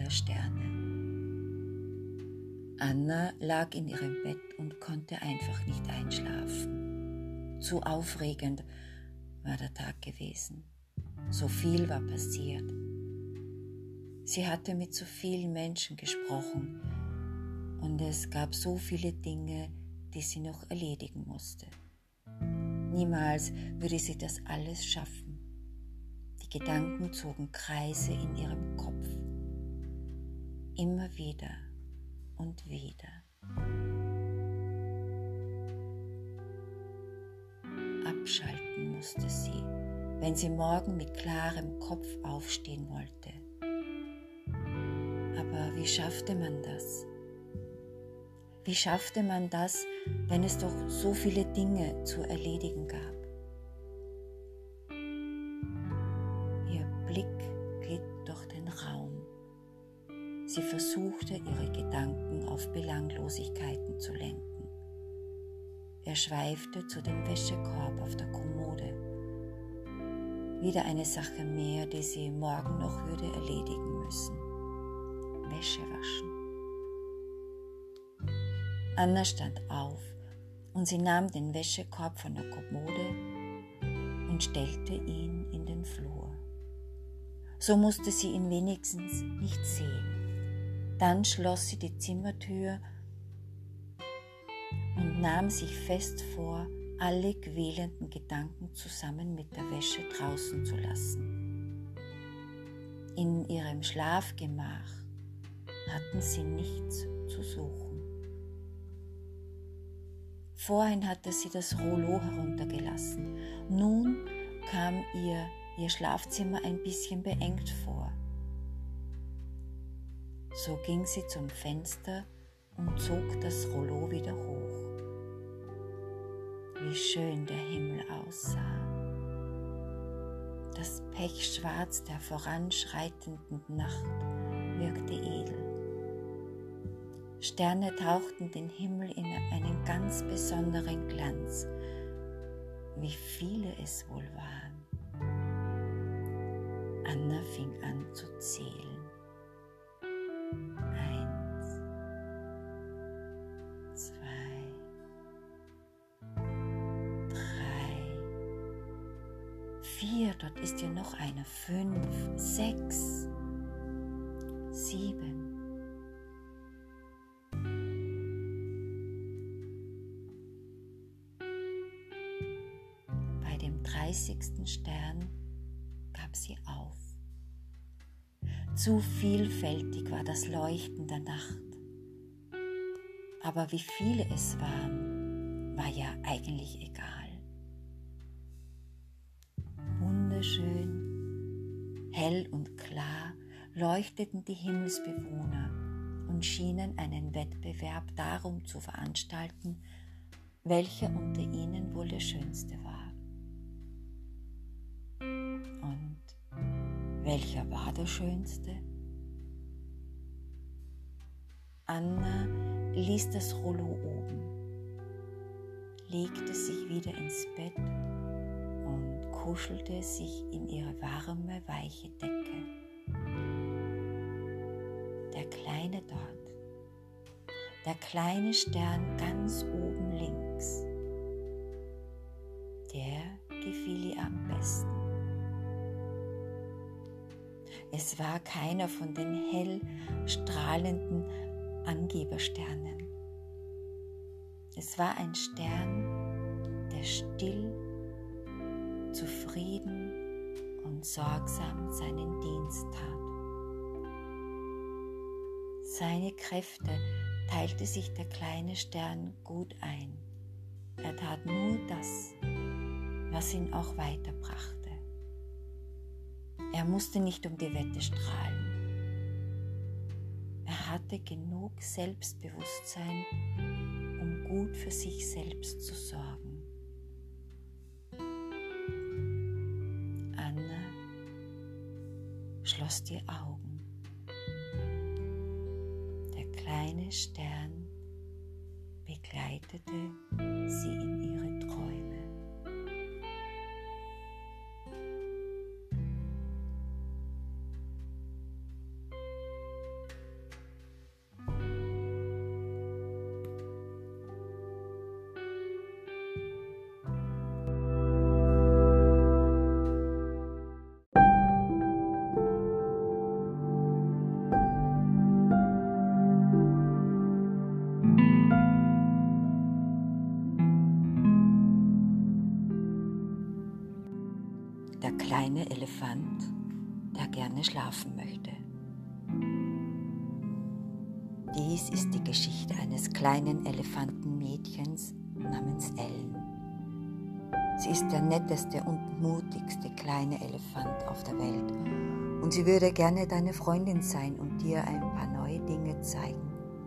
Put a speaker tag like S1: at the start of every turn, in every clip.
S1: ihre Sterne. Anna lag in ihrem Bett und konnte einfach nicht einschlafen. Zu aufregend war der Tag gewesen. So viel war passiert. Sie hatte mit so vielen Menschen gesprochen und es gab so viele Dinge, die sie noch erledigen musste. Niemals würde sie das alles schaffen. Die Gedanken zogen Kreise in ihrem Kopf. Immer wieder und wieder. Abschalten musste sie, wenn sie morgen mit klarem Kopf aufstehen wollte. Aber wie schaffte man das? Wie schaffte man das, wenn es doch so viele Dinge zu erledigen gab? Ihr Blick glitt durch den Raum. Sie versuchte, ihre Gedanken auf Belanglosigkeiten zu lenken. Er schweifte zu dem Wäschekorb auf der Kommode. Wieder eine Sache mehr, die sie morgen noch würde erledigen müssen. Wäsche waschen. Anna stand auf und sie nahm den Wäschekorb von der Kommode und stellte ihn in den Flur. So musste sie ihn wenigstens nicht sehen. Dann schloss sie die Zimmertür und nahm sich fest vor, alle quälenden Gedanken zusammen mit der Wäsche draußen zu lassen. In ihrem Schlafgemach hatten sie nichts zu suchen. Vorhin hatte sie das Rollo heruntergelassen. Nun kam ihr Schlafzimmer ein bisschen beengt vor. So ging sie zum Fenster und zog das Rollo wieder hoch. Wie schön der Himmel aussah. Das Pechschwarz der voranschreitenden Nacht wirkte edel. Sterne tauchten den Himmel in einen ganz besonderen Glanz. Wie viele es wohl waren. Anna fing an zu zählen. 1, 2, 3, 4, dort ist ja noch einer, 5, 6, 7. Bei dem 30. Stern gab sie auf. Zu vielfältig war das Leuchten der Nacht. Aber wie viele es waren, war ja eigentlich egal. Wunderschön, hell und klar leuchteten die Himmelsbewohner und schienen einen Wettbewerb darum zu veranstalten, welcher unter ihnen wohl der schönste war. Und welcher war der schönste? Anna ließ das Rollo oben, legte sich wieder ins Bett und kuschelte sich in ihre warme, weiche Decke. Der kleine dort, der kleine Stern ganz oben links, der gefiel ihr am besten. Es war keiner von den hell strahlenden Angebersternen. Es war ein Stern, der still, zufrieden und sorgsam seinen Dienst tat. Seine Kräfte teilte sich der kleine Stern gut ein. Er tat nur das, was ihn auch weiterbrachte. Er musste nicht um die Wette strahlen. Er hatte genug Selbstbewusstsein, um gut für sich selbst zu sorgen. Anna schloss die Augen. Der kleine Stern begleitete sie in ihre Träume. Elefant, der gerne schlafen möchte. Dies ist die Geschichte eines kleinen Elefantenmädchens namens Ellen. Sie ist der netteste und mutigste kleine Elefant auf der Welt und sie würde gerne deine Freundin sein und dir ein paar neue Dinge zeigen.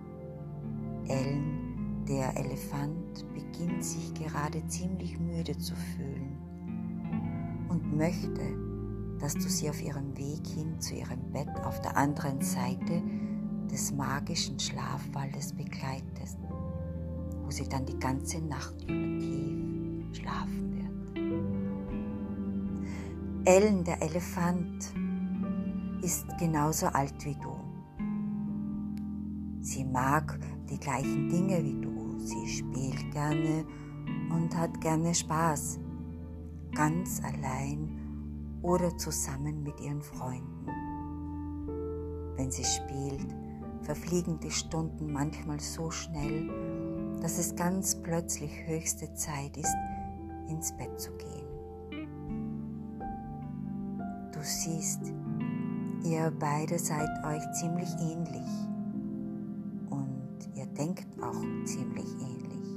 S1: Ellen, der Elefant, beginnt sich gerade ziemlich müde zu fühlen und möchte, dass du sie auf ihrem Weg hin zu ihrem Bett auf der anderen Seite des magischen Schlafwaldes begleitest, wo sie dann die ganze Nacht über tief schlafen wird. Ellen, der Elefant, ist genauso alt wie du. Sie mag die gleichen Dinge wie du. Sie spielt gerne und hat gerne Spaß, ganz allein oder zusammen mit ihren Freunden. Wenn sie spielt, verfliegen die Stunden manchmal so schnell, dass es ganz plötzlich höchste Zeit ist, ins Bett zu gehen. Du siehst, ihr beide seid euch ziemlich ähnlich und ihr denkt auch ziemlich ähnlich.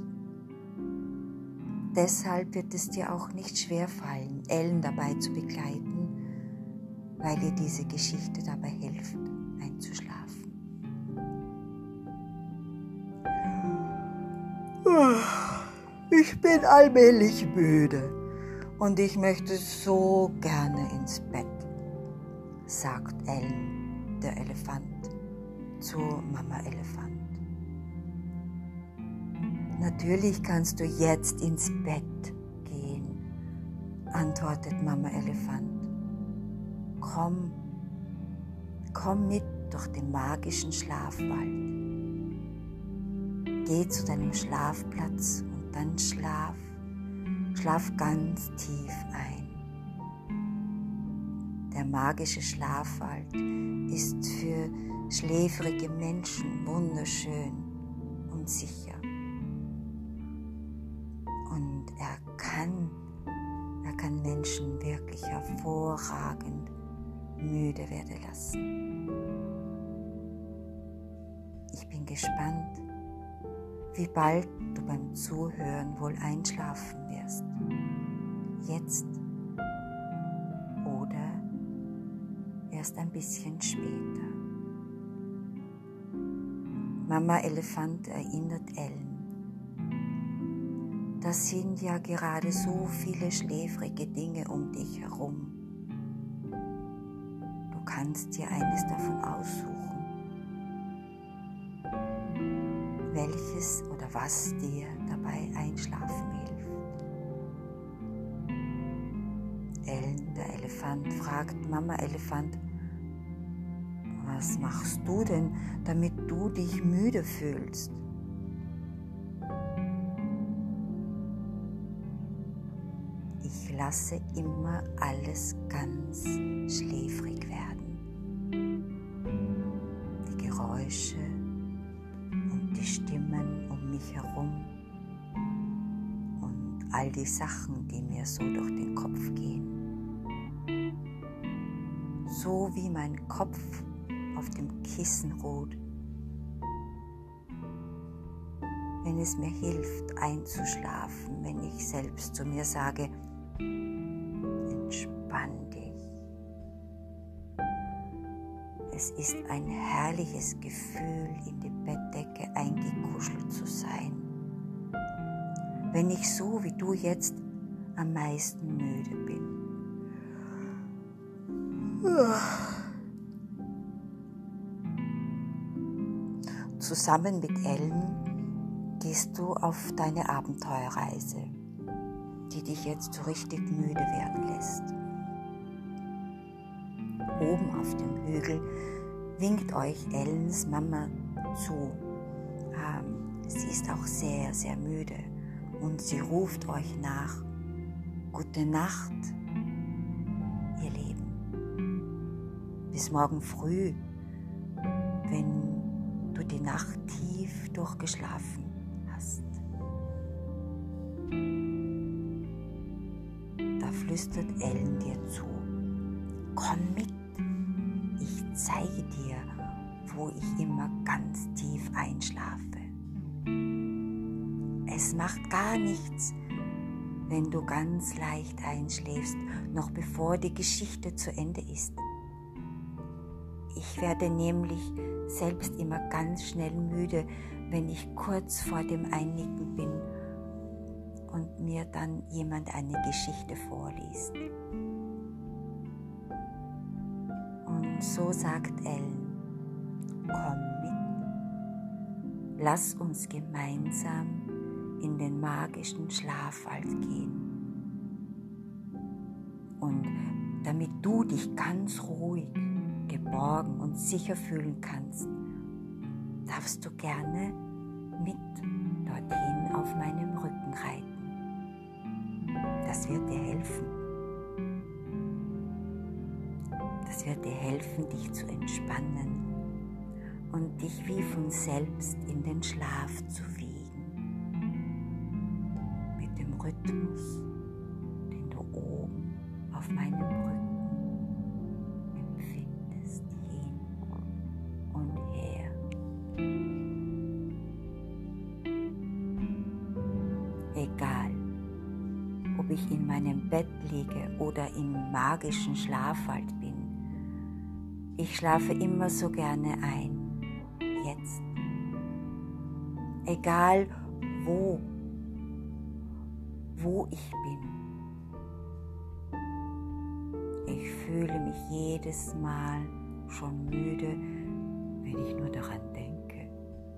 S1: Deshalb wird es dir auch nicht schwer fallen, Ellen dabei zu begleiten, weil ihr diese Geschichte dabei hilft, einzuschlafen. Ich bin allmählich müde und ich möchte so gerne ins Bett, sagt Ellen, der Elefant, zu Mama Elefant. Natürlich kannst du jetzt ins Bett gehen, antwortet Mama Elefant. Komm mit durch den magischen Schlafwald. Geh zu deinem Schlafplatz und dann schlaf ganz tief ein. Der magische Schlafwald ist für schläfrige Menschen wunderschön und sicher. Und er kann Menschen wirklich hervorragend müde werden lassen. Ich bin gespannt, wie bald du beim Zuhören wohl einschlafen wirst. Jetzt oder erst ein bisschen später. Mama Elefant erinnert Ellen. Das sind ja gerade so viele schläfrige Dinge um dich herum. Du kannst dir eines davon aussuchen, welches oder was dir dabei einschlafen hilft. Ellen, der Elefant, fragt Mama Elefant, was machst du denn, damit du dich müde fühlst? Ich lasse immer alles ganz schläfrig werden. Die Geräusche und die Stimmen um mich herum und all die Sachen, die mir so durch den Kopf gehen. So wie mein Kopf auf dem Kissen ruht, wenn es mir hilft einzuschlafen, wenn ich selbst zu mir sage, entspann dich. Es ist ein herrliches Gefühl, in die Bettdecke eingekuschelt zu sein, wenn ich so wie du jetzt am meisten müde bin. Zusammen mit Ellen gehst du auf deine Abenteuerreise, die dich jetzt so richtig müde werden lässt. Oben auf dem Hügel winkt euch Ellens Mama zu. Sie ist auch sehr, sehr müde und sie ruft euch nach. Gute Nacht, ihr Lieben. Bis morgen früh, wenn du die Nacht tief durchgeschlafen hast. Da flüstert Ellen dir zu. Komm mit, ich zeige dir, wo ich immer ganz tief einschlafe. Es macht gar nichts, wenn du ganz leicht einschläfst, noch bevor die Geschichte zu Ende ist. Ich werde nämlich selbst immer ganz schnell müde, wenn ich kurz vor dem Einnicken bin und mir dann jemand eine Geschichte vorliest. Und so sagt Ellen, komm mit, lass uns gemeinsam in den magischen Schlafwald gehen. Und damit du dich ganz ruhig, geborgen und sicher fühlen kannst, darfst du gerne mit dorthin auf meinem Rücken reiten. Das wird dir helfen. Das wird dir helfen, dich zu entspannen und dich wie von selbst in den Schlaf zu wiegen. Mit dem Rhythmus, den du oben auf meinem Rücken empfindest, hin und her. Egal, ob ich in meinem Bett liege oder im magischen Schlafwald bin, ich schlafe immer so gerne ein, jetzt. Egal wo ich bin. Ich fühle mich jedes Mal schon müde, wenn ich nur daran denke.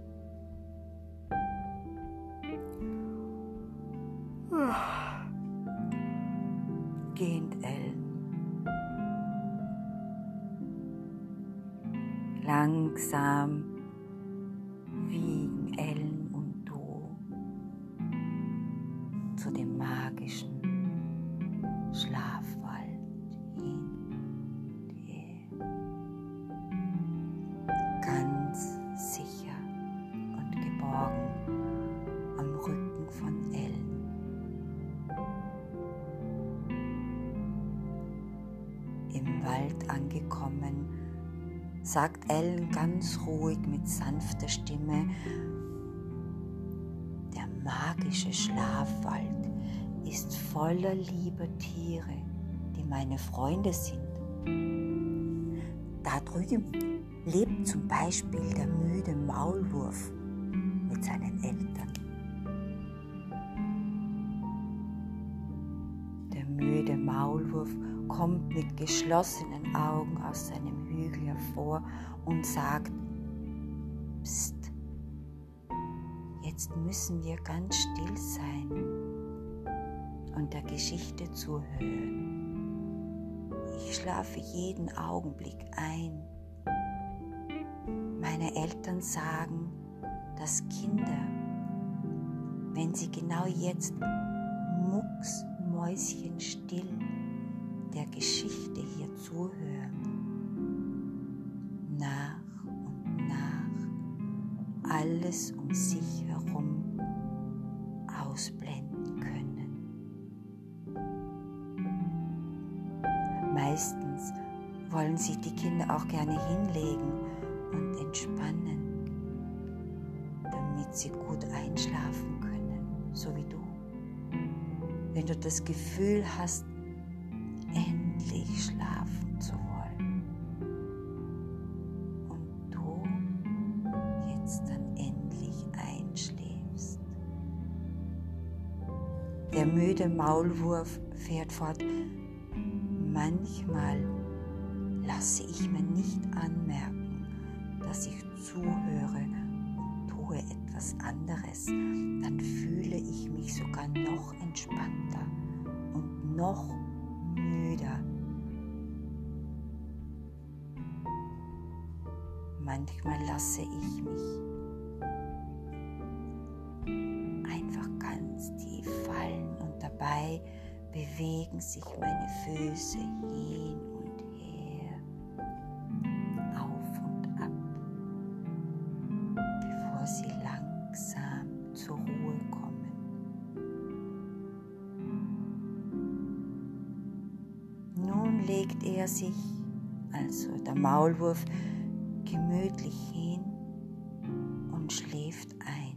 S1: Gehend Ellen. Langsam wiegen Ellen und du zu dem magischen Schlafwald hin und her. Ganz sicher und geborgen am Rücken von Ellen. Im Wald angekommen, sagt Ellen ganz ruhig mit sanfter Stimme, der magische Schlafwald ist voller lieber Tiere, die meine Freunde sind. Da drüben lebt zum Beispiel der müde Maulwurf mit seinen Eltern. Der müde Maulwurf kommt mit geschlossenen Augen aus seinem Hügel hervor und sagt, Psst, jetzt müssen wir ganz still sein und der Geschichte zuhören. Ich schlafe jeden Augenblick ein. Meine Eltern sagen, dass Kinder, wenn sie genau jetzt mucksmäuschenstill der Geschichte hier zuhören, nach und nach alles um sich herum ausblenden können. Meistens wollen sich die Kinder auch gerne hinlegen und entspannen, damit sie gut einschlafen können, so wie du. Wenn du das Gefühl hast, endlich schlafen zu wollen und du jetzt dann endlich einschläfst. Der müde Maulwurf fährt fort, manchmal lasse ich mir nicht anmerken, dass ich zuhöre und tue etwas anderes, dann fühle ich mich sogar noch entspannter und noch müder. Manchmal lasse ich mich einfach ganz tief fallen und dabei bewegen sich meine Füße hin und her, auf und ab, bevor sie langsam zur Ruhe kommen. Nun legt er sich, also der Maulwurf, gemütlich hin und schläft ein.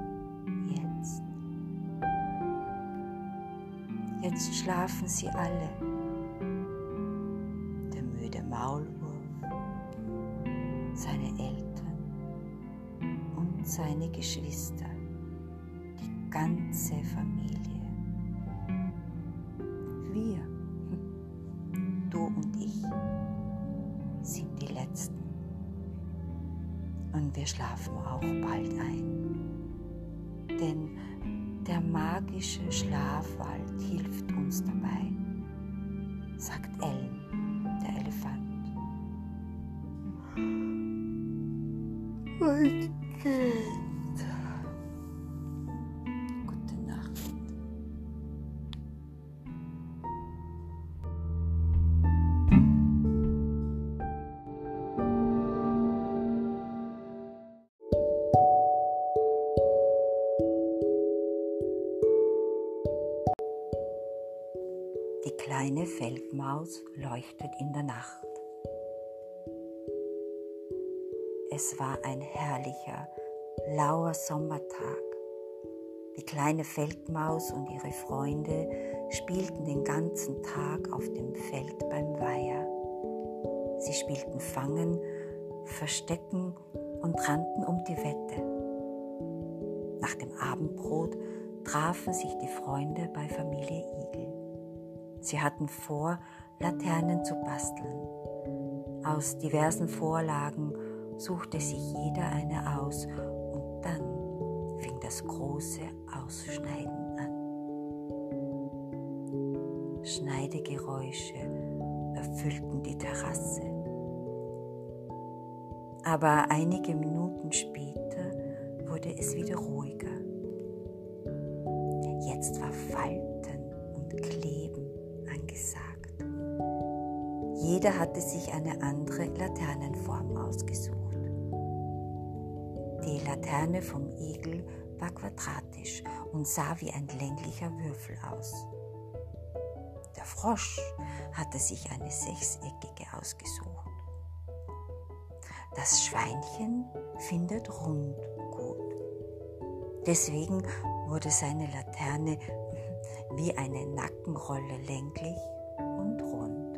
S1: Jetzt schlafen sie alle. Der müde Maulwurf, seine Eltern und seine Geschwister, die ganze Familie. Wir, du und ich, sind die Letzten. Und wir schlafen auch bald ein. Denn der magische Schlafwald hilft uns dabei, sagt Ellen, der Elefant. Mein Kind. Gute Nacht. Die kleine Feldmaus leuchtet in der Nacht. Es war ein herrlicher, lauer Sommertag. Die kleine Feldmaus und ihre Freunde spielten den ganzen Tag auf dem Feld beim Weiher. Sie spielten Fangen, Verstecken und rannten um die Wette. Nach dem Abendbrot trafen sich die Freunde bei Familie Igel. Sie hatten vor, Laternen zu basteln. Aus diversen Vorlagen suchte sich jeder eine aus und dann fing das große Ausschneiden an. Schneidegeräusche erfüllten die Terrasse. Aber einige Minuten später wurde es wieder ruhiger. Jetzt war Falten und Kleben angesagt. Jeder hatte sich eine andere Laternenform ausgesucht. Die Laterne vom Igel war quadratisch und sah wie ein länglicher Würfel aus. Der Frosch hatte sich eine sechseckige ausgesucht. Das Schweinchen findet rund gut. Deswegen wurde seine Laterne wie eine Nackenrolle länglich und rund.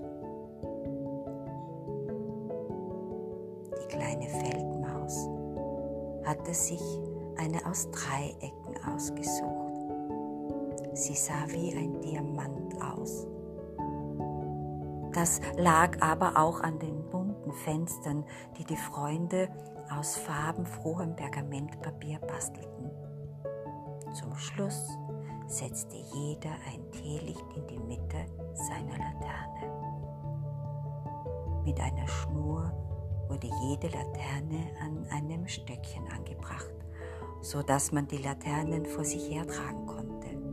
S1: Die kleine Feldmaus hatte sich eine aus 3 Ecken ausgesucht. Sie sah wie ein Diamant aus. Das lag aber auch an den bunten Fenstern, die die Freunde aus farbenfrohem Pergamentpapier bastelten. Zum Schluss setzte jeder ein Teelicht in die Mitte seiner Laterne. Mit einer Schnur wurde jede Laterne an einem Stöckchen angebracht, so dass man die Laternen vor sich hertragen konnte.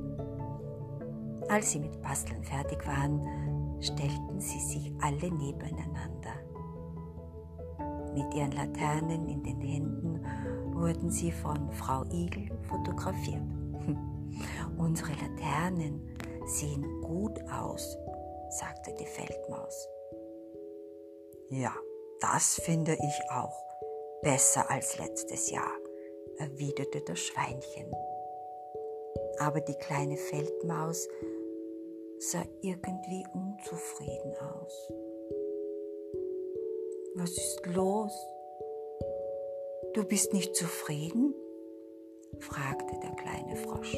S1: Als sie mit Basteln fertig waren, stellten sie sich alle nebeneinander. Mit ihren Laternen in den Händen wurden sie von Frau Igel fotografiert. Unsere Laternen sehen gut aus, sagte die Feldmaus. Ja, das finde ich auch. Besser als letztes Jahr, erwiderte das Schweinchen. Aber die kleine Feldmaus sah irgendwie unzufrieden aus. Was ist los? Du bist nicht zufrieden? Fragte der kleine Frosch.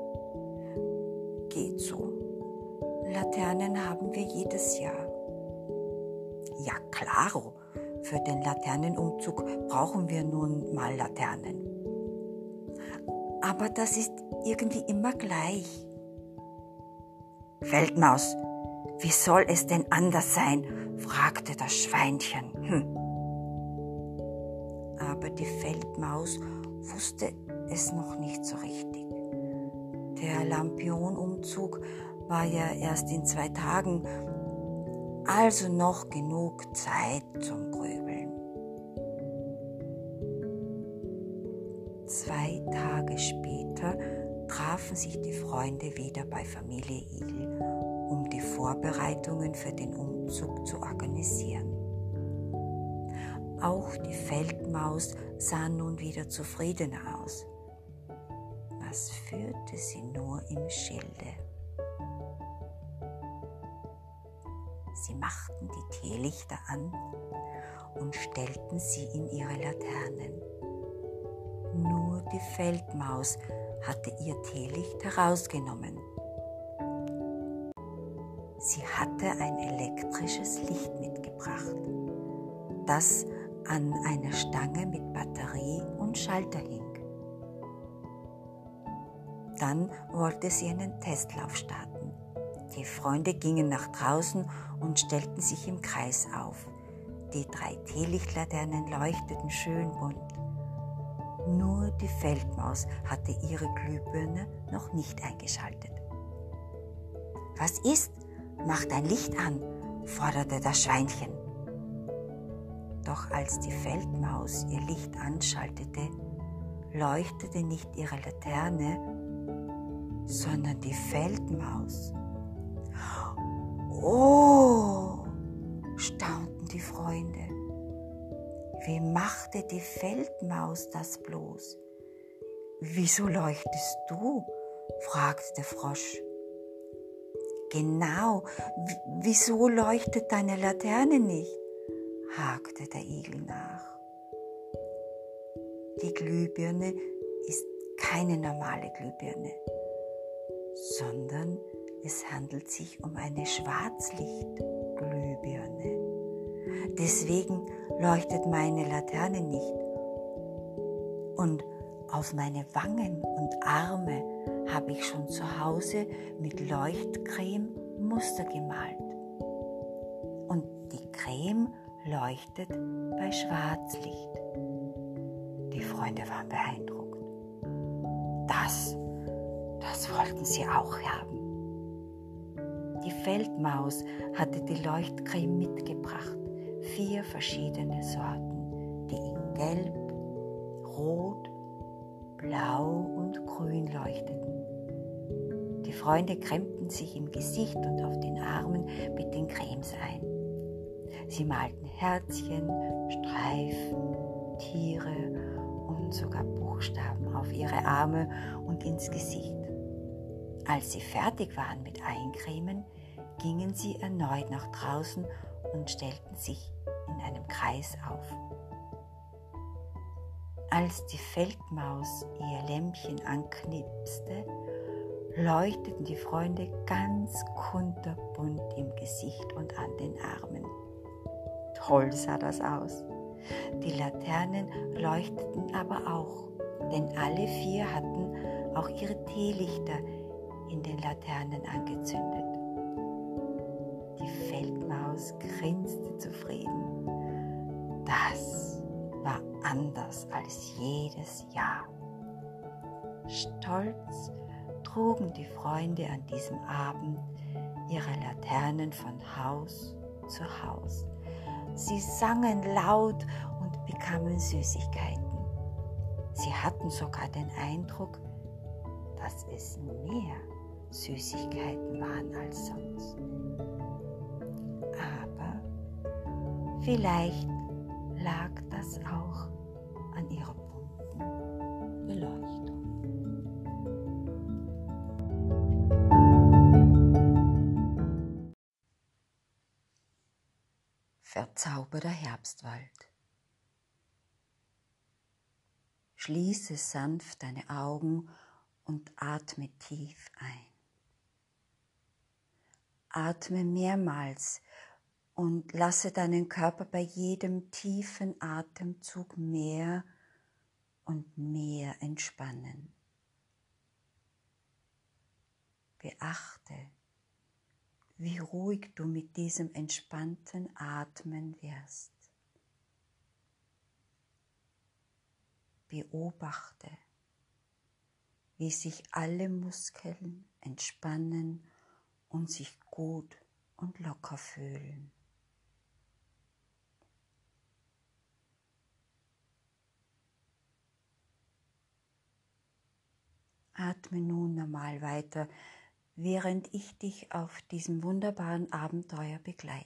S1: Geht so. Laternen haben wir jedes Jahr. Ja, klaro. Für den Laternenumzug brauchen wir nun mal Laternen. Aber das ist irgendwie immer gleich. Feldmaus, wie soll es denn anders sein? Fragte das Schweinchen. Aber die Feldmaus wusste es noch nicht so richtig. Der Lampionumzug war ja erst in 2 Tagen, also noch genug Zeit zum Grübeln. 2 Tage später traf trafen sich die Freunde wieder bei Familie Igel, um die Vorbereitungen für den Umzug zu organisieren. Auch die Feldmaus sah nun wieder zufriedener aus. Was führte sie nur im Schilde? Sie machten die Teelichter an und stellten sie in ihre Laternen. Nur die Feldmaus hatte ihr Teelicht herausgenommen. Sie hatte ein elektrisches Licht mitgebracht, das an einer Stange mit Batterie und Schalter hing. Dann wollte sie einen Testlauf starten. Die Freunde gingen nach draußen und stellten sich im Kreis auf. Die 3 Teelichtlaternen leuchteten schön bunt. Nur die Feldmaus hatte ihre Glühbirne noch nicht eingeschaltet. »Was ist? Mach dein Licht an«, forderte das Schweinchen. Doch als die Feldmaus ihr Licht anschaltete, leuchtete nicht ihre Laterne, sondern die Feldmaus. »Oh«, staunten die Freunde. »Wie machte die Feldmaus das bloß?« »Wieso leuchtest du?«, fragte der Frosch. »Genau, wieso leuchtet deine Laterne nicht?«, hakte der Igel nach. Die Glühbirne ist keine normale Glühbirne, sondern es handelt sich um eine Schwarzlichtglühbirne. Deswegen leuchtet meine Laterne nicht. Und auf meine Wangen und Arme habe ich schon zu Hause mit Leuchtcreme Muster gemalt. Und die Creme leuchtet bei Schwarzlicht. Die Freunde waren beeindruckt. Das wollten sie auch haben. Die Feldmaus hatte die Leuchtcreme mitgebracht, 4 verschiedene Sorten, die in Gelb, Rot, Blau und Grün leuchteten. Die Freunde cremten sich im Gesicht und auf den Armen mit den Cremes ein. Sie malten Herzchen, Streifen, Tiere und sogar Buchstaben auf ihre Arme und ins Gesicht. Als sie fertig waren mit Eincremen, gingen sie erneut nach draußen und stellten sich in einem Kreis auf. Als die Feldmaus ihr Lämpchen anknipste, leuchteten die Freunde ganz kunterbunt im Gesicht und an den Armen. Toll sah das aus. Die Laternen leuchteten aber auch, denn alle 4 hatten auch ihre Teelichter in den Laternen angezündet. Die Feldmaus grinste zufrieden. Das war anders als jedes Jahr. Stolz trugen die Freunde an diesem Abend ihre Laternen von Haus zu Haus. Sie sangen laut und bekamen Süßigkeiten. Sie hatten sogar den Eindruck, dass es mehr Süßigkeiten waren als sonst. Aber vielleicht lag das auch an ihrer bunten Beleuchtung. Verzauberter Herbstwald. Schließe sanft deine Augen und atme tief ein. Atme mehrmals und lasse deinen Körper bei jedem tiefen Atemzug mehr und mehr entspannen. Beachte, wie ruhig du mit diesem entspannten Atmen wirst. Beobachte, wie sich alle Muskeln entspannen und sich gut und locker fühlen. Atme nun normal weiter, während ich dich auf diesem wunderbaren Abenteuer begleite.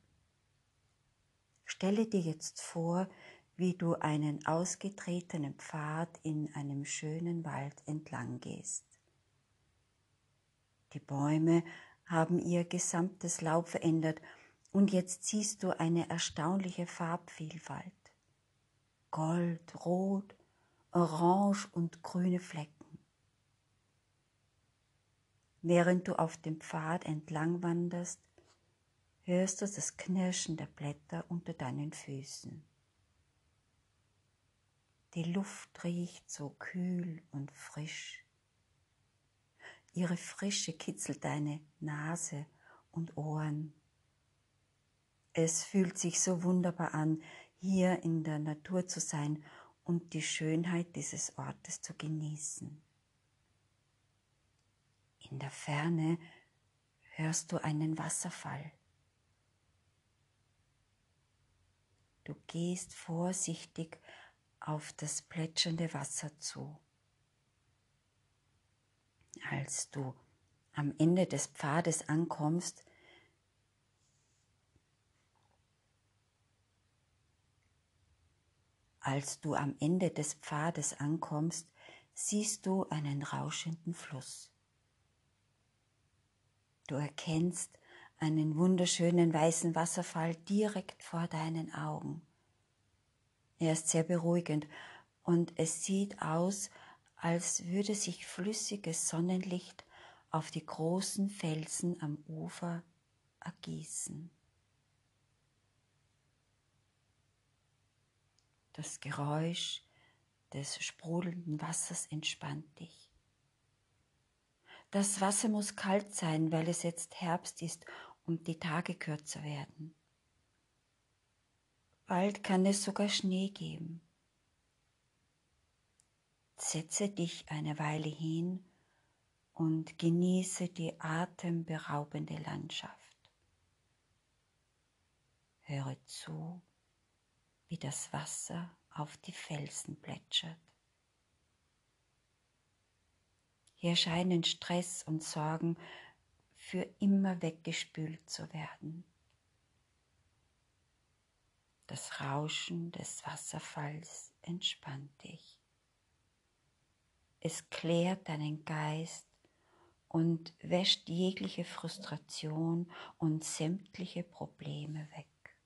S1: Stelle dir jetzt vor, wie du einen ausgetretenen Pfad in einem schönen Wald entlang gehst. Die Bäume haben ihr gesamtes Laub verändert und jetzt siehst du eine erstaunliche Farbvielfalt. Gold, Rot, Orange und grüne Flecken. Während du auf dem Pfad entlang wanderst, hörst du das Knirschen der Blätter unter deinen Füßen. Die Luft riecht so kühl und frisch. Ihre Frische kitzelt deine Nase und Ohren. Es fühlt sich so wunderbar an, hier in der Natur zu sein und die Schönheit dieses Ortes zu genießen. In der Ferne hörst du einen Wasserfall. Du gehst vorsichtig auf das plätschernde Wasser zu. Als du am Ende des Pfades ankommst, siehst du einen rauschenden Fluss. Du erkennst einen wunderschönen weißen Wasserfall direkt vor deinen Augen. Er ist sehr beruhigend und es sieht aus, als würde sich flüssiges Sonnenlicht auf die großen Felsen am Ufer ergießen. Das Geräusch des sprudelnden Wassers entspannt dich. Das Wasser muss kalt sein, weil es jetzt Herbst ist und die Tage kürzer werden. Bald kann es sogar Schnee geben. Setze dich eine Weile hin und genieße die atemberaubende Landschaft. Höre zu, wie das Wasser auf die Felsen plätschert. Hier scheinen Stress und Sorgen für immer weggespült zu werden. Das Rauschen des Wasserfalls entspannt dich. Es klärt deinen Geist und wäscht jegliche Frustration und sämtliche Probleme weg.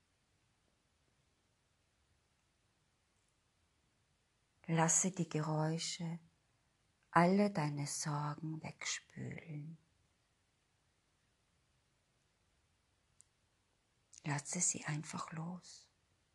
S1: Lasse die Geräusche alle deine Sorgen wegspülen. Lasse sie einfach los.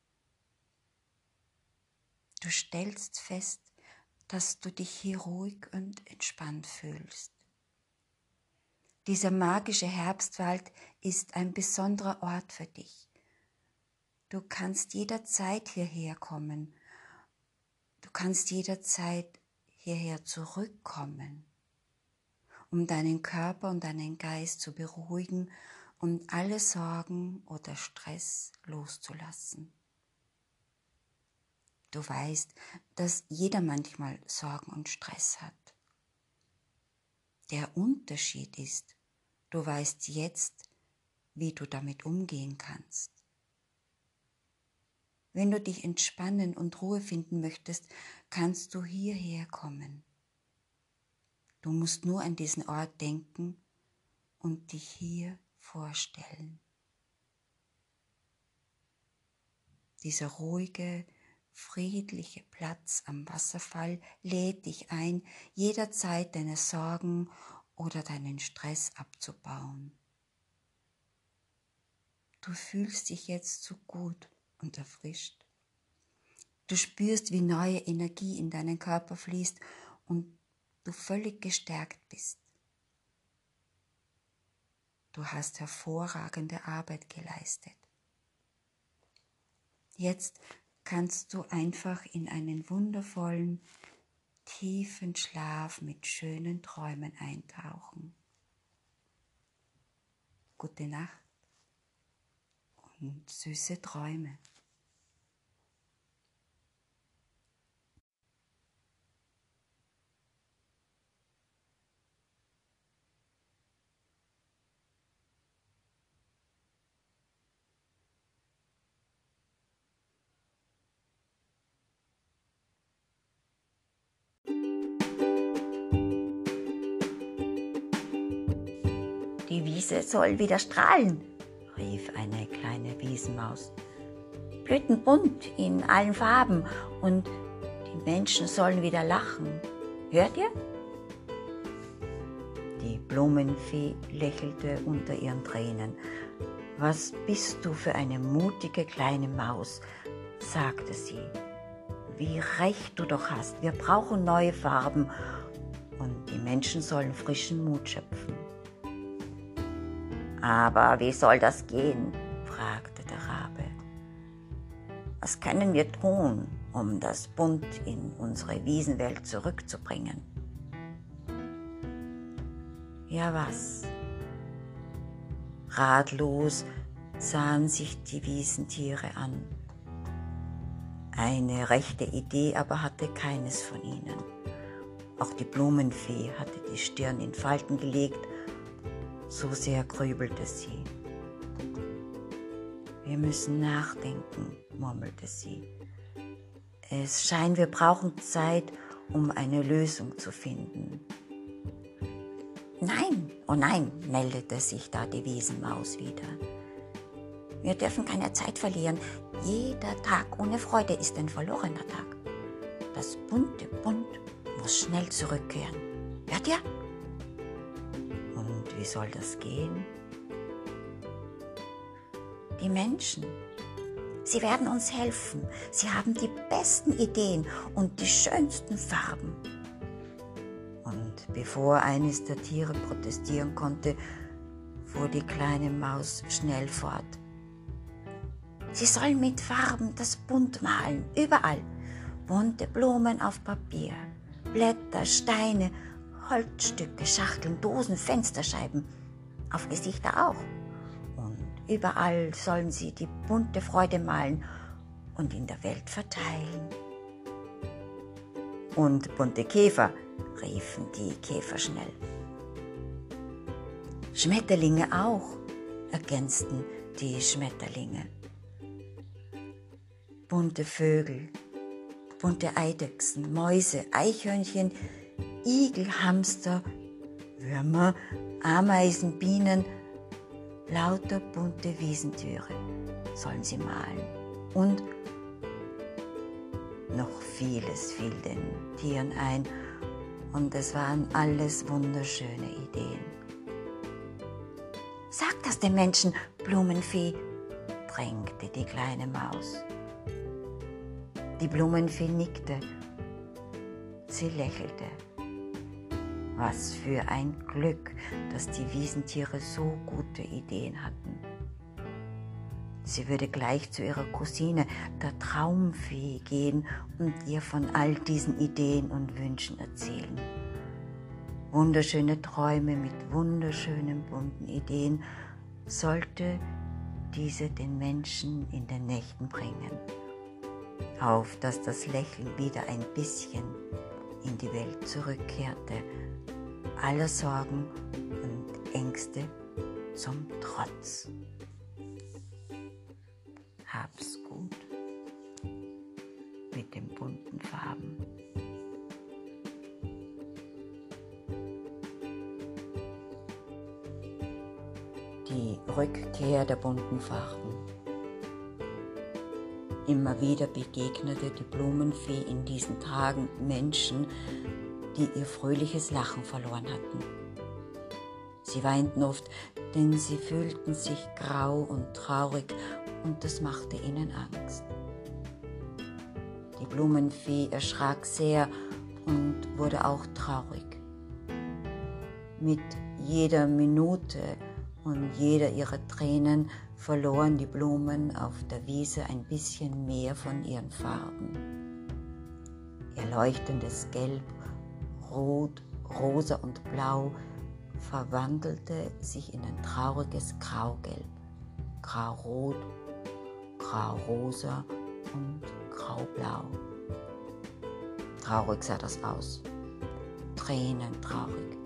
S1: Du stellst fest, dass du dich hier ruhig und entspannt fühlst. Dieser magische Herbstwald ist ein besonderer Ort für dich. Du kannst jederzeit hierher kommen. Du kannst jederzeit hierher zurückkommen, um deinen Körper und deinen Geist zu beruhigen und alle Sorgen oder Stress loszulassen. Du weißt, dass jeder manchmal Sorgen und Stress hat. Der Unterschied ist, du weißt jetzt, wie du damit umgehen kannst. Wenn du dich entspannen und Ruhe finden möchtest, kannst du hierher kommen. Du musst nur an diesen Ort denken und dich hier vorstellen. Dieser ruhige, friedliche Platz am Wasserfall lädt dich ein, jederzeit deine Sorgen oder deinen Stress abzubauen. Du fühlst dich jetzt so gut und erfrischt. Du spürst, wie neue Energie in deinen Körper fließt und du völlig gestärkt bist. Du hast hervorragende Arbeit geleistet. Jetzt kannst du einfach in einen wundervollen, tiefen Schlaf mit schönen Träumen eintauchen. Gute Nacht und süße Träume. Die Wiese soll wieder strahlen, rief eine kleine Wiesenmaus. Blütenbunt in allen Farben und die Menschen sollen wieder lachen. Hört ihr? Die Blumenfee lächelte unter ihren Tränen. Was bist du für eine mutige kleine Maus, sagte sie. Wie recht du doch hast, wir brauchen neue Farben und die Menschen sollen frischen Mut schöpfen. Aber wie soll das gehen? Fragte der Rabe. Was können wir tun, um das Bunt in unsere Wiesenwelt zurückzubringen? Ja, was? Ratlos sahen sich die Wiesentiere an. Eine rechte Idee aber hatte keines von ihnen. Auch die Blumenfee hatte die Stirn in Falten gelegt, so sehr grübelte sie. Wir müssen nachdenken, murmelte sie. Es scheint, wir brauchen Zeit, um eine Lösung zu finden. Nein, oh nein, meldete sich da die Wiesenmaus wieder. Wir dürfen keine Zeit verlieren. Jeder Tag ohne Freude ist ein verlorener Tag. Das bunte Bund muss schnell zurückkehren. Hört ihr? Und wie soll das gehen? Die Menschen. Sie werden uns helfen. Sie haben die besten Ideen und die schönsten Farben. Und bevor eines der Tiere protestieren konnte, fuhr die kleine Maus schnell fort. Sie sollen mit Farben das Bunt malen, überall. Bunte Blumen auf Papier, Blätter, Steine, Holzstücke, Schachteln, Dosen, Fensterscheiben, auf Gesichter auch. Und überall sollen sie die bunte Freude malen und in der Welt verteilen. Und bunte Käfer, riefen die Käfer schnell. Schmetterlinge auch, ergänzten die Schmetterlinge. Bunte Vögel, bunte Eidechsen, Mäuse, Eichhörnchen, Igel, Hamster, Würmer, Ameisen, Bienen, lauter bunte Wiesentiere sollen sie malen. Und noch vieles fiel den Tieren ein und es waren alles wunderschöne Ideen. Sag das den Menschen, Blumenfee, drängte die kleine Maus. Die Blumenfee nickte. Sie lächelte. Was für ein Glück, dass die Wiesentiere so gute Ideen hatten. Sie würde gleich zu ihrer Cousine, der Traumfee, gehen und ihr von all diesen Ideen und Wünschen erzählen. Wunderschöne Träume mit wunderschönen bunten Ideen sollte diese den Menschen in den Nächten bringen, auf dass das Lächeln wieder ein bisschen in die Welt zurückkehrte, aller Sorgen und Ängste zum Trotz. Hab's gut mit den bunten Farben. Die Rückkehr der bunten Farben. Immer wieder begegnete die Blumenfee in diesen Tagen Menschen, die ihr fröhliches Lachen verloren hatten. Sie weinten oft, denn sie fühlten sich grau und traurig und das machte ihnen Angst. Die Blumenfee erschrak sehr und wurde auch traurig. Mit jeder Minute und jeder ihrer Tränen verloren die Blumen auf der Wiese ein bisschen mehr von ihren Farben. Ihr leuchtendes Gelb, Rot, Rosa und Blau verwandelte sich in ein trauriges Graugelb, Graurot, Graurosa und Graublau. Traurig sah das aus, tränentraurig.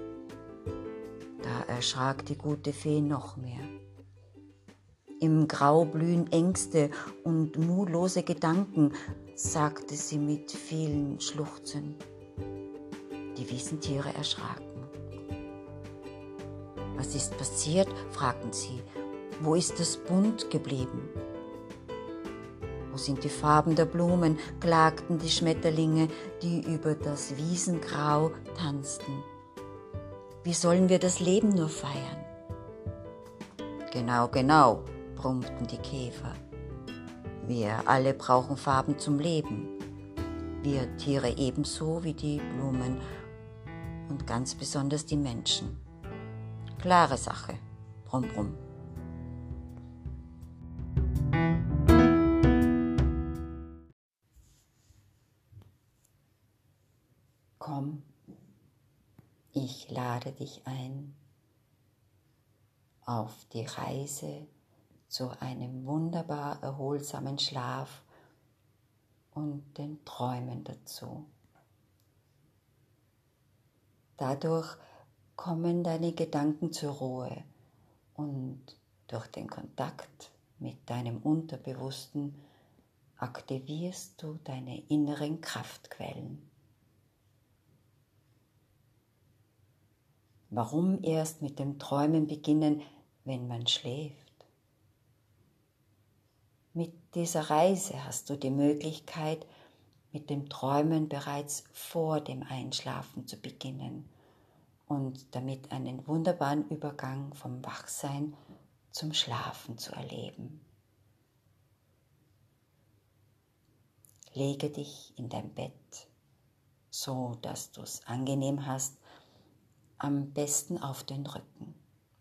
S1: Da erschrak die gute Fee noch mehr. Im Grau blühen Ängste und mutlose Gedanken, sagte sie mit vielen Schluchzen. Die Wiesentiere erschraken. Was ist passiert? Fragten sie. Wo ist das Bunt geblieben? Wo sind die Farben der Blumen? Klagten die Schmetterlinge, die über das Wiesengrau tanzten. Wie sollen wir das Leben nur feiern? Genau, genau, brummten die Käfer. Wir alle brauchen Farben zum Leben. Wir Tiere ebenso wie die Blumen und ganz besonders die Menschen. Klare Sache, brumm, brumm. Komm, ich lade dich ein auf die Reise zu einem wunderbar erholsamen Schlaf und den Träumen dazu. Dadurch kommen deine Gedanken zur Ruhe und durch den Kontakt mit deinem Unterbewussten aktivierst du deine inneren Kraftquellen. Warum erst mit dem Träumen beginnen, wenn man schläft? Mit dieser Reise hast du die Möglichkeit, mit dem Träumen bereits vor dem Einschlafen zu beginnen und damit einen wunderbaren Übergang vom Wachsein zum Schlafen zu erleben. Lege dich in dein Bett, so dass du es angenehm hast, am besten auf den Rücken.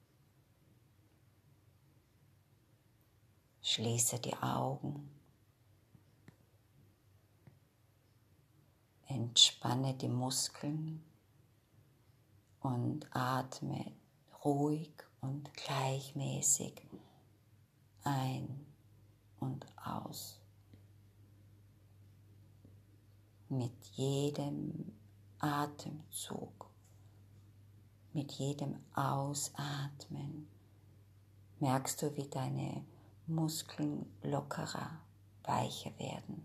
S1: Schließe die Augen, entspanne die Muskeln und atme ruhig und gleichmäßig ein und aus. Mit jedem Atemzug, mit jedem Ausatmen merkst du, wie deine Muskeln lockerer, weicher werden.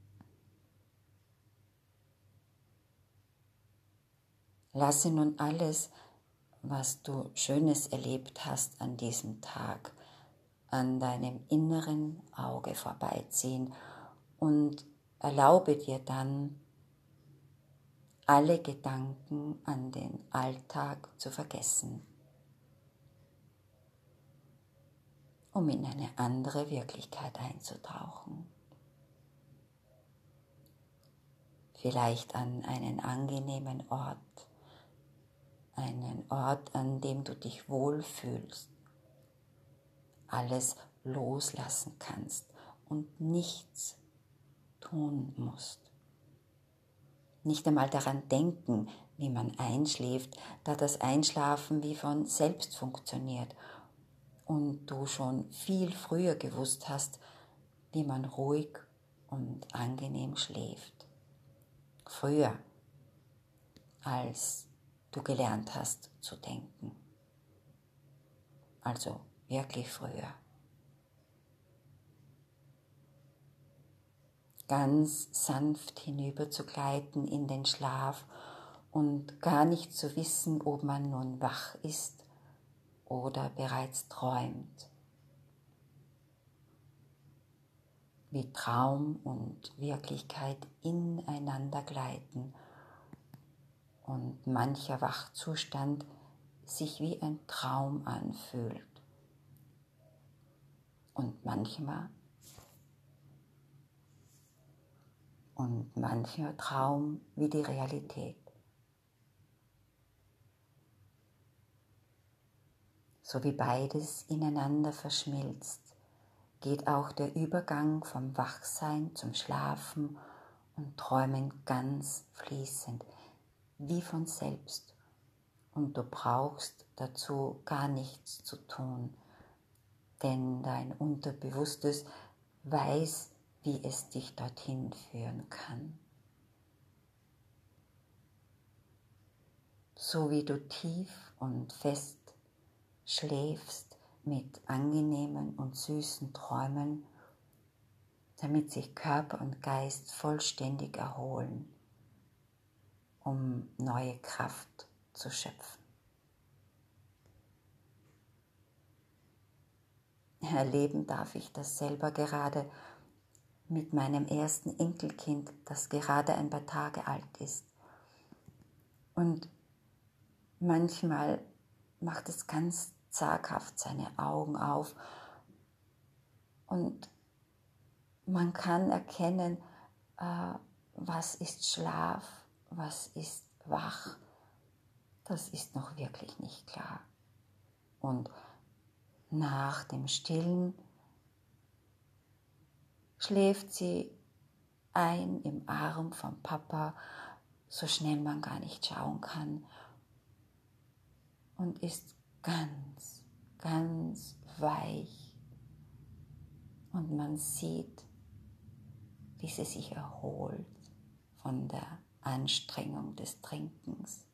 S1: Lasse nun alles, was du Schönes erlebt hast an diesem Tag, an deinem inneren Auge vorbeiziehen und erlaube dir dann, alle Gedanken an den Alltag zu vergessen, um in eine andere Wirklichkeit einzutauchen. Vielleicht an einen angenehmen Ort, einen Ort, an dem du dich wohlfühlst, alles loslassen kannst und nichts tun musst. Nicht einmal daran denken, wie man einschläft, da das Einschlafen wie von selbst funktioniert und du schon viel früher gewusst hast, wie man ruhig und angenehm schläft. Früher, als du gelernt hast zu denken. Also wirklich früher. Ganz sanft hinüber zu gleiten in den Schlaf und gar nicht zu wissen, ob man nun wach ist oder bereits träumt. Wie Traum und Wirklichkeit ineinander gleiten und mancher Wachzustand sich wie ein Traum anfühlt und mancher Traum wie die Realität. So wie beides ineinander verschmilzt, geht auch der Übergang vom Wachsein zum Schlafen und Träumen ganz fließend, wie von selbst. Und du brauchst dazu gar nichts zu tun, denn dein Unterbewusstes weiß, wie es dich dorthin führen kann. So wie du tief und fest schläfst mit angenehmen und süßen Träumen, damit sich Körper und Geist vollständig erholen, um neue Kraft zu schöpfen. erleben darf ich das selber gerade mit meinem ersten Enkelkind, das gerade ein paar Tage alt ist. Und manchmal macht es ganz zaghaft seine Augen auf und man kann erkennen, was ist Schlaf, was ist wach. Das ist noch wirklich nicht klar. Und nach dem Stillen schläft sie ein im Arm vom Papa, so schnell man gar nicht schauen kann, und ist ganz, ganz weich. Und man sieht, wie sie sich erholt von der Anstrengung des Trinkens,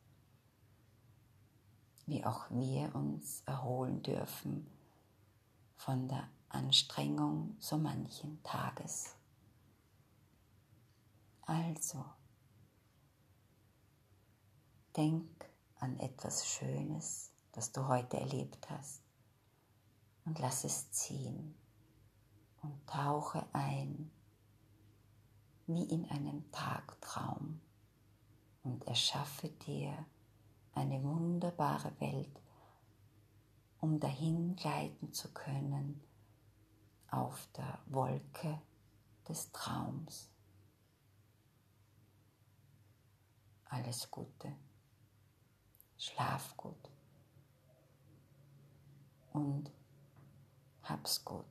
S1: wie auch wir uns erholen dürfen von der Anstrengung so manchen Tages. Also, denk an etwas Schönes, das du heute erlebt hast, und lass es ziehen und tauche ein wie in einem Tagtraum und erschaffe dir eine wunderbare Welt, um dahin gleiten zu können auf der Wolke des Traums. Alles Gute, schlaf gut und hab's gut.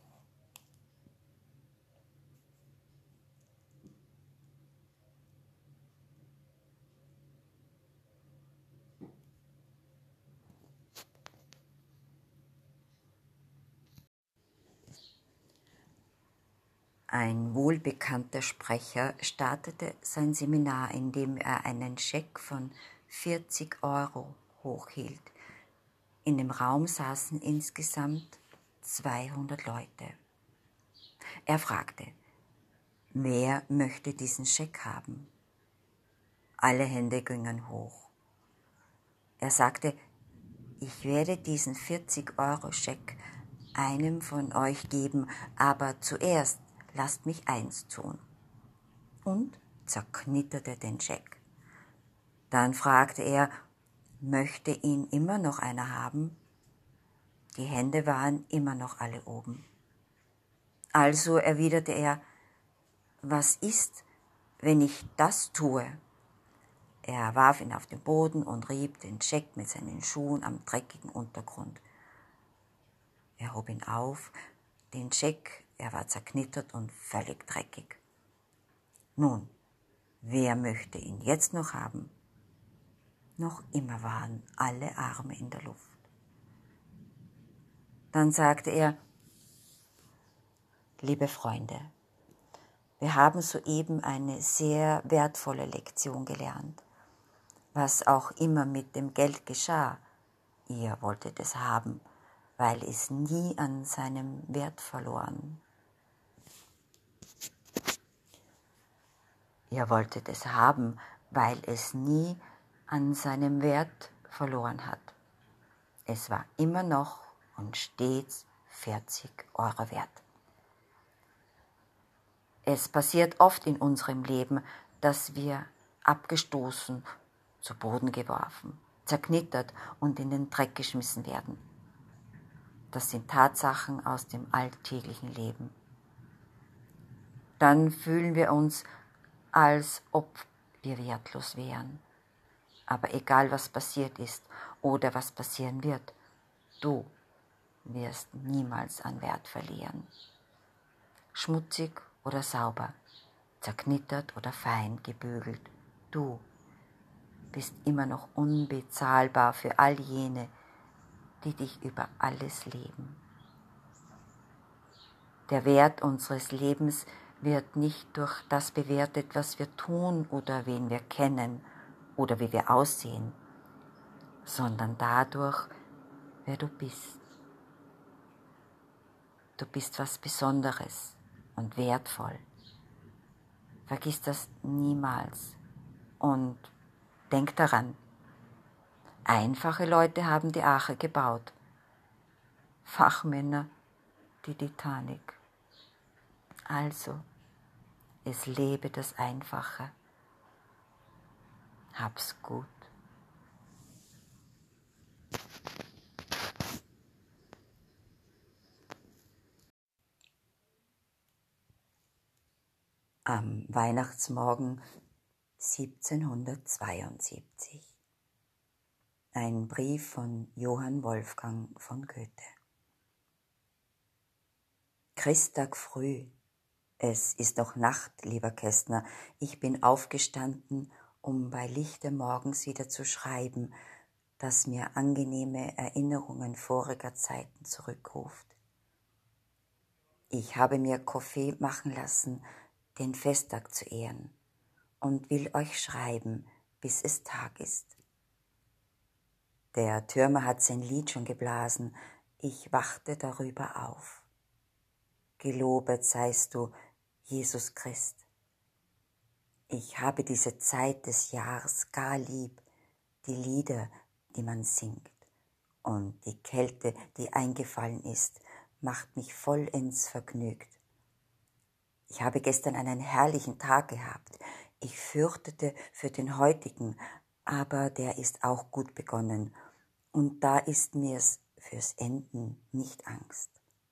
S1: Ein wohlbekannter Sprecher startete sein Seminar, indem er einen Scheck von 40 € hochhielt. In dem Raum saßen insgesamt 200 Leute. Er fragte, wer möchte diesen Scheck haben? Alle Hände gingen hoch. Er sagte, ich werde diesen 40-€ einem von euch geben, aber zuerst lasst mich eins tun. Und zerknitterte den Scheck. Dann fragte er, möchte ihn immer noch einer haben? Die Hände waren immer noch alle oben. Also erwiderte er, was ist, wenn ich das tue? Er warf ihn auf den Boden und rieb den Scheck mit seinen Schuhen am dreckigen Untergrund. Er hob ihn auf, den Scheck, er war zerknittert und völlig dreckig. Nun, wer möchte ihn jetzt noch haben? Noch immer waren alle Arme in der Luft. Dann sagte er, liebe Freunde, wir haben soeben eine sehr wertvolle Lektion gelernt. Was auch immer mit dem Geld geschah, ihr wolltet es haben, weil es nie an seinem Wert verloren. Ihr wolltet es haben, weil es nie an seinem Wert verloren hat. Es war immer noch und stets 40 € wert. Es passiert oft in unserem Leben, dass wir abgestoßen, zu Boden geworfen, zerknittert und in den Dreck geschmissen werden. Das sind Tatsachen aus dem alltäglichen Leben. Dann fühlen wir uns, als ob wir wertlos wären. Aber egal, was passiert ist oder was passieren wird, du wirst niemals an Wert verlieren. Schmutzig oder sauber, zerknittert oder fein gebügelt, du bist immer noch unbezahlbar für all jene, die dich über alles lieben. Der Wert unseres Lebens wird nicht durch das bewertet, was wir tun oder wen wir kennen oder wie wir aussehen, sondern dadurch, wer du bist. Du bist was Besonderes und wertvoll. Vergiss das niemals und denk daran, einfache Leute haben die Arche gebaut. Fachmänner die Titanic. Also, es lebe das Einfache. Hab's gut. Am Weihnachtsmorgen 1772. Ein Brief von Johann Wolfgang von Goethe. Christtag früh. Es ist noch Nacht, lieber Kästner. Ich bin aufgestanden, um bei Lichte morgens wieder zu schreiben, das mir angenehme Erinnerungen voriger Zeiten zurückruft. Ich habe mir Kaffee machen lassen, den Festtag zu ehren, und will euch schreiben, bis es Tag ist. Der Türmer hat sein Lied schon geblasen, ich wachte darüber auf. Gelobet seist du, Jesus Christ. Ich habe diese Zeit des Jahres gar lieb, die Lieder, die man singt, und die Kälte, die eingefallen ist, macht mich vollends vergnügt. Ich habe gestern einen herrlichen Tag gehabt. Ich fürchtete für den heutigen, aber der ist auch gut begonnen, und da ist mir's fürs Enden nicht Angst.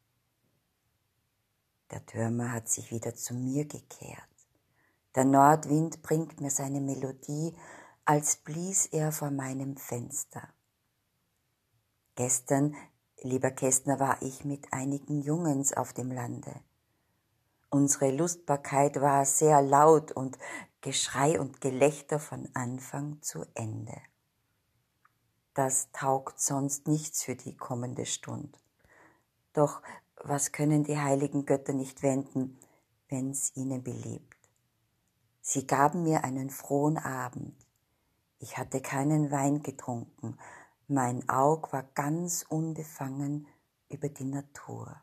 S1: Der Türmer hat sich wieder zu mir gekehrt. Der Nordwind bringt mir seine Melodie, als blies er vor meinem Fenster. Gestern, lieber Kästner, war ich mit einigen Jungens auf dem Lande. Unsere Lustbarkeit war sehr laut und Geschrei und Gelächter von Anfang zu Ende. Das taugt sonst nichts für die kommende Stund. Doch was können die heiligen Götter nicht wenden, wenn's ihnen beliebt? Sie gaben mir einen frohen Abend. Ich hatte keinen Wein getrunken. Mein Aug war ganz unbefangen über die Natur.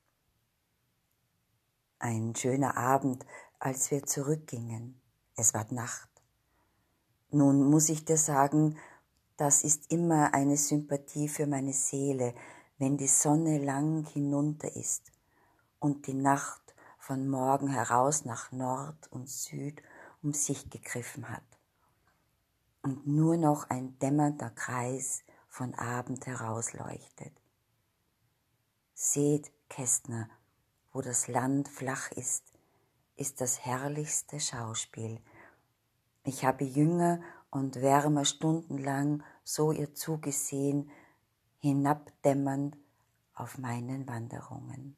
S1: Ein schöner Abend, als wir zurückgingen. Es war Nacht. Nun muss ich dir sagen, das ist immer eine Sympathie für meine Seele, wenn die Sonne lang hinunter ist und die Nacht von Morgen heraus nach Nord und Süd um sich gegriffen hat und nur noch ein dämmernder Kreis von Abend herausleuchtet. Seht, Kästner, wo das Land flach ist das herrlichste Schauspiel. Ich habe jünger und wärmer stundenlang so ihr zugesehen, hinabdämmernd auf meinen Wanderungen.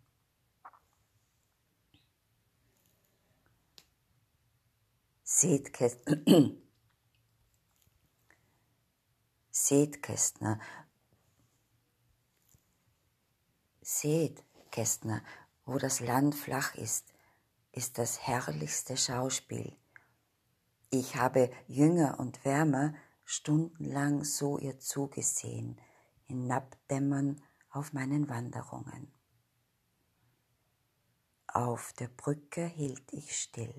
S1: Seht, Kästner, wo das Land flach ist das herrlichste Schauspiel. Ich habe jünger und wärmer stundenlang so ihr zugesehen, hinabdämmern auf meinen Wanderungen. Auf der Brücke hielt ich still.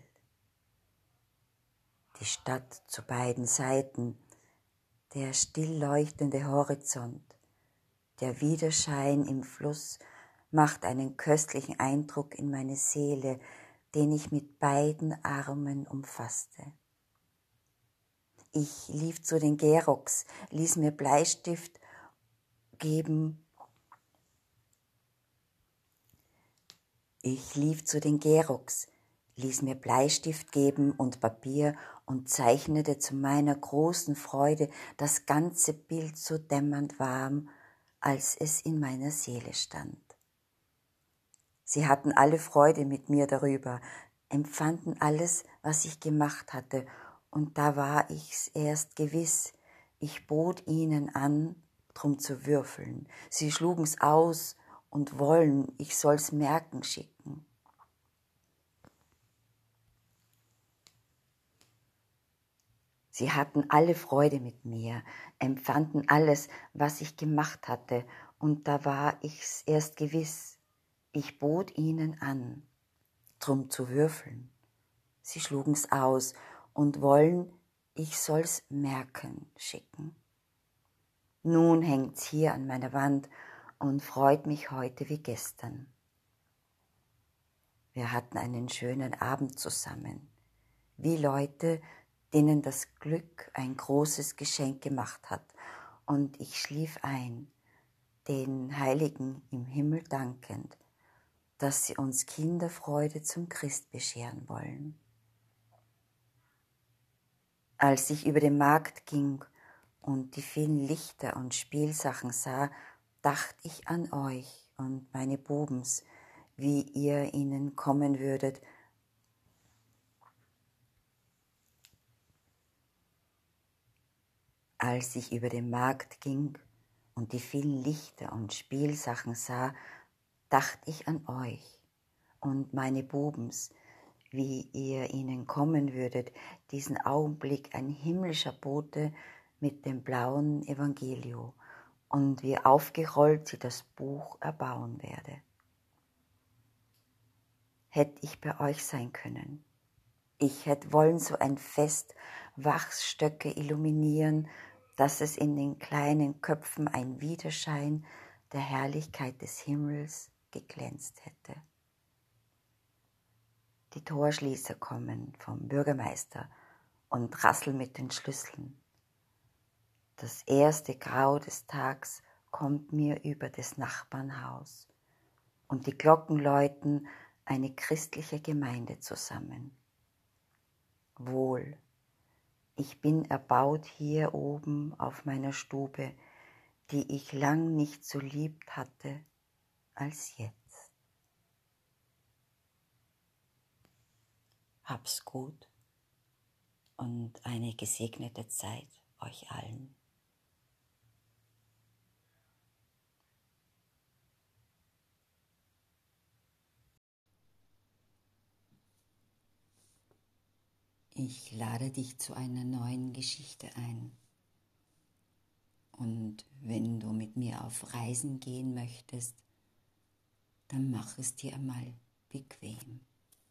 S1: Die Stadt zu beiden Seiten, der still leuchtende Horizont, der Widerschein im Fluss macht einen köstlichen Eindruck in meine Seele, den ich mit beiden Armen umfasste. Ich lief zu den Geroks, ließ mir Bleistift geben. Und Papier und zeichnete zu meiner großen Freude das ganze Bild so dämmernd warm, als es in meiner Seele stand. Sie hatten alle Freude mit mir darüber, empfanden alles, was ich gemacht hatte, und da war ich's erst gewiss. Ich bot ihnen an, drum zu würfeln. Sie schlugen's aus und wollen, ich soll's merken schicken. Sie hatten alle Freude mit mir, empfanden alles, was ich gemacht hatte, und da war ich's erst gewiss. Ich bot ihnen an, drum zu würfeln. Sie schlugen's aus und wollen, ich soll's merken schicken. Nun hängt's hier an meiner Wand und freut mich heute wie gestern. Wir hatten einen schönen Abend zusammen, wie Leute, denen das Glück ein großes Geschenk gemacht hat. Und ich schlief ein, den Heiligen im Himmel dankend, dass sie uns Kinderfreude zum Christ bescheren wollen. Als ich über den Markt ging und die vielen Lichter und Spielsachen sah, dachte ich an euch und meine Bubens, wie ihr ihnen kommen würdet. Als ich über den Markt ging und die vielen Lichter und Spielsachen sah, dachte ich an euch und meine Bubens, wie ihr ihnen kommen würdet, diesen Augenblick ein himmlischer Bote mit dem blauen Evangelium und wie aufgerollt sie das Buch erbauen werde. Hätte ich bei euch sein können. Ich hätte wollen so ein Fest Wachsstöcke illuminieren, dass es in den kleinen Köpfen ein Widerschein der Herrlichkeit des Himmels geglänzt hätte. Die Torschließer kommen vom Bürgermeister und rasseln mit den Schlüsseln. Das erste Grau des Tags kommt mir über des Nachbarn Haus und die Glocken läuten eine christliche Gemeinde zusammen. Wohl, ich bin erbaut hier oben auf meiner Stube, die ich lang nicht so lieb hatte als jetzt. Hab's gut und eine gesegnete Zeit euch allen. Ich lade dich zu einer neuen Geschichte ein. Und wenn du mit mir auf Reisen gehen möchtest, dann mach es dir einmal bequem.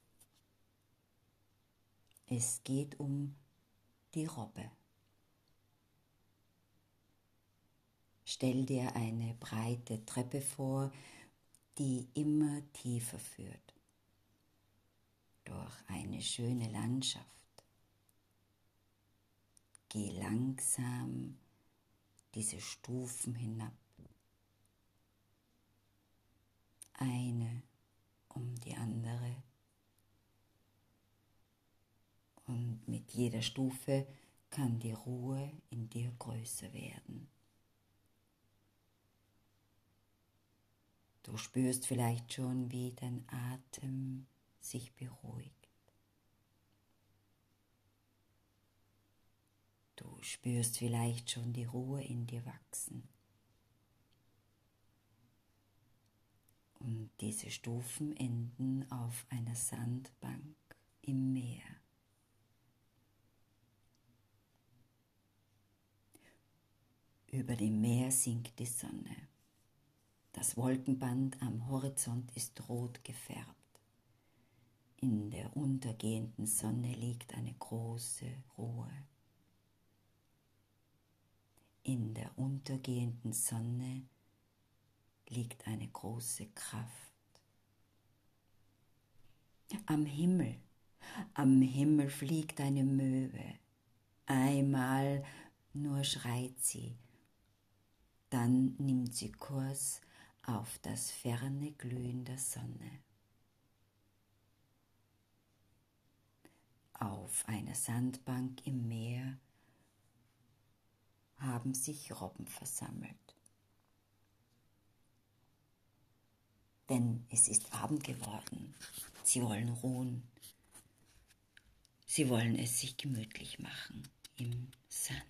S1: Es geht um die Robbe. Stell dir eine breite Treppe vor, die immer tiefer führt, durch eine schöne Landschaft. Geh langsam diese Stufen hinab, eine um die andere. Und mit jeder Stufe kann die Ruhe in dir größer werden. Du spürst vielleicht schon, wie dein Atem sich beruhigt. Du spürst vielleicht schon die Ruhe in dir wachsen. Und diese Stufen enden auf einer Sandbank im Meer. Über dem Meer sinkt die Sonne. Das Wolkenband am Horizont ist rot gefärbt. In der untergehenden Sonne liegt eine große Ruhe. In der untergehenden Sonne liegt eine große Kraft. Am Himmel fliegt eine Möwe. Einmal nur schreit sie, dann nimmt sie Kurs auf das ferne Glühen der Sonne. Auf einer Sandbank im Meer haben sich Robben versammelt. Denn es ist Abend geworden. Sie wollen ruhen. Sie wollen es sich gemütlich machen im Sand.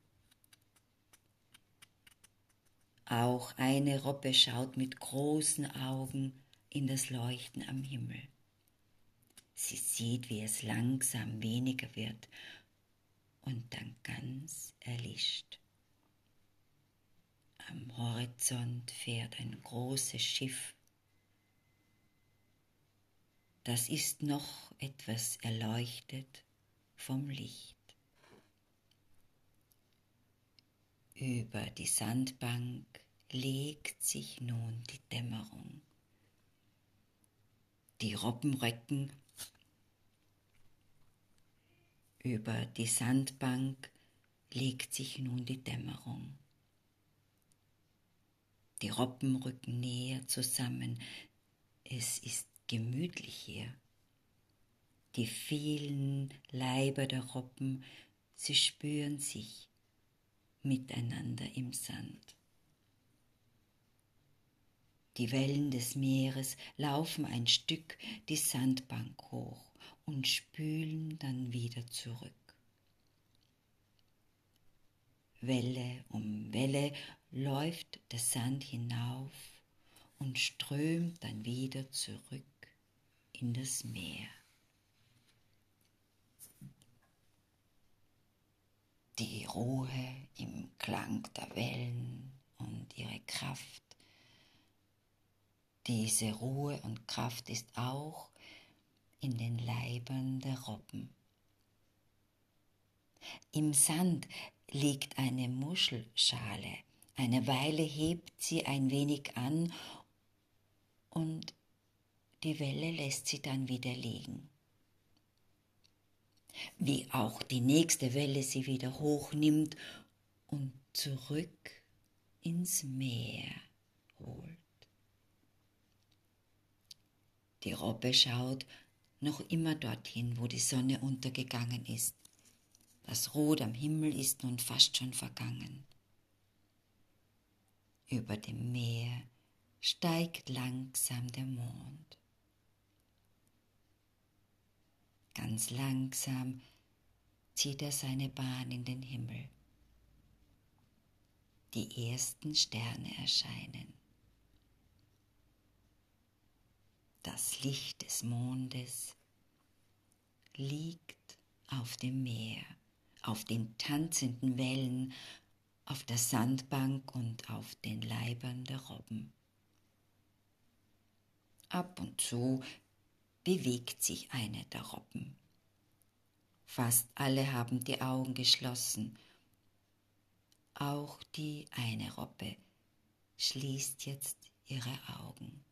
S1: Auch eine Robbe schaut mit großen Augen in das Leuchten am Himmel. Sie sieht, wie es langsam weniger wird und dann ganz erlischt. Am Horizont fährt ein großes Schiff. Das ist noch etwas erleuchtet vom Licht. Über die Sandbank legt sich nun die Dämmerung. Die Robben recken über die Sandbank, legt sich nun die Dämmerung. Die Robben rücken näher zusammen. Es ist gemütlich hier. Die vielen Leiber der Robben, sie spüren sich miteinander im Sand. Die Wellen des Meeres laufen ein Stück die Sandbank hoch und spülen dann wieder zurück. Welle um Welle läuft der Sand hinauf und strömt dann wieder zurück in das Meer. Die Ruhe im Klang der Wellen und ihre Kraft. Diese Ruhe und Kraft ist auch in den Leibern der Robben. Im Sand liegt eine Muschelschale. Eine Weile hebt sie ein wenig an und die Welle lässt sie dann wieder liegen. Wie auch die nächste Welle sie wieder hochnimmt und zurück ins Meer holt. Die Robbe schaut noch immer dorthin, wo die Sonne untergegangen ist. Das Rot am Himmel ist nun fast schon vergangen. Über dem Meer steigt langsam der Mond. Ganz langsam zieht er seine Bahn in den Himmel. Die ersten Sterne erscheinen. Das Licht des Mondes liegt auf dem Meer, auf den tanzenden Wellen, auf der Sandbank und auf den Leibern der Robben. Ab und zu bewegt sich eine der Robben. Fast alle haben die Augen geschlossen. Auch die eine Robbe schließt jetzt ihre Augen.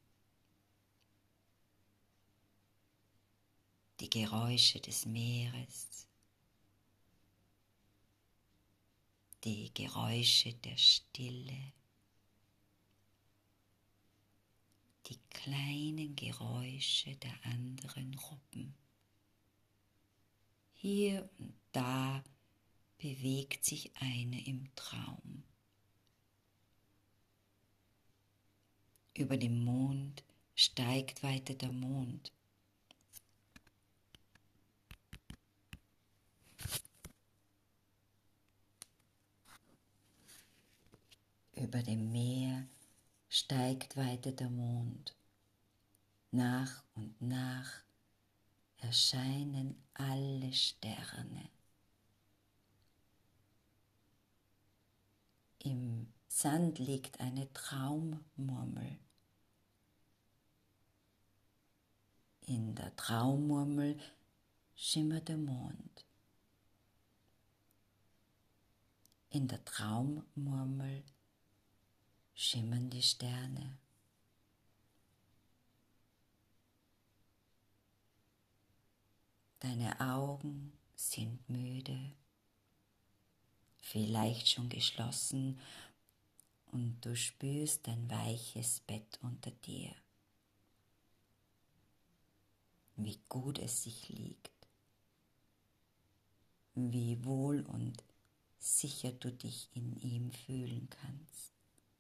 S1: Die Geräusche des Meeres, die Geräusche der Stille, die kleinen Geräusche der anderen Robben. Hier und da bewegt sich eine im Traum. Über dem Mond steigt weiter der Mond. Über dem Meer steigt weiter der Mond. Nach und nach erscheinen alle Sterne. Im Sand liegt eine Traummurmel. In der Traummurmel schimmert der Mond. In der Traummurmel schimmern die Sterne. Deine Augen sind müde, vielleicht schon geschlossen, und du spürst ein weiches Bett unter dir. Wie gut es sich liegt, wie wohl und sicher du dich in ihm fühlen kannst.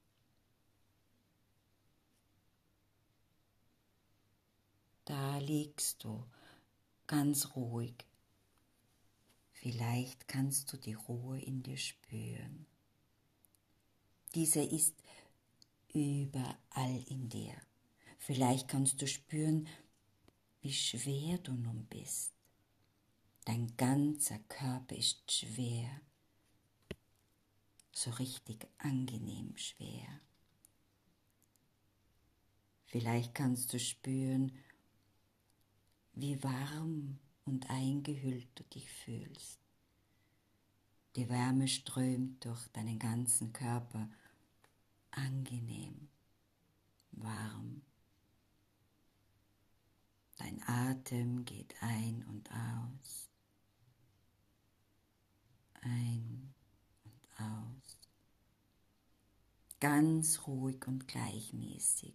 S1: Da liegst du ganz ruhig. Vielleicht kannst du die Ruhe in dir spüren. Diese ist überall in dir. Vielleicht kannst du spüren, wie schwer du nun bist. Dein ganzer Körper ist schwer, so richtig angenehm schwer. Vielleicht kannst du spüren, wie warm und eingehüllt du dich fühlst. Die Wärme strömt durch deinen ganzen Körper, angenehm, warm. Dein Atem geht ein und aus, ein und aus, ganz ruhig und gleichmäßig,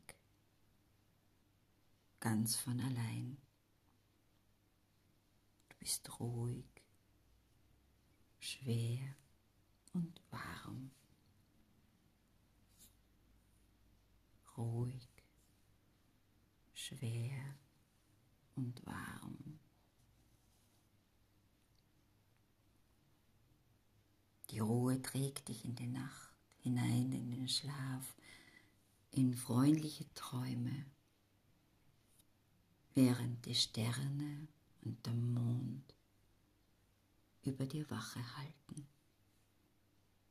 S1: ganz von allein. Du bist ruhig, schwer und warm. Ruhig, schwer und warm. Die Ruhe trägt dich in die Nacht, hinein in den Schlaf, in freundliche Träume, während die Sterne und der Mond über dir Wache halten.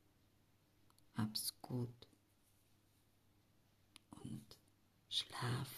S1: Hab's gut und schlaf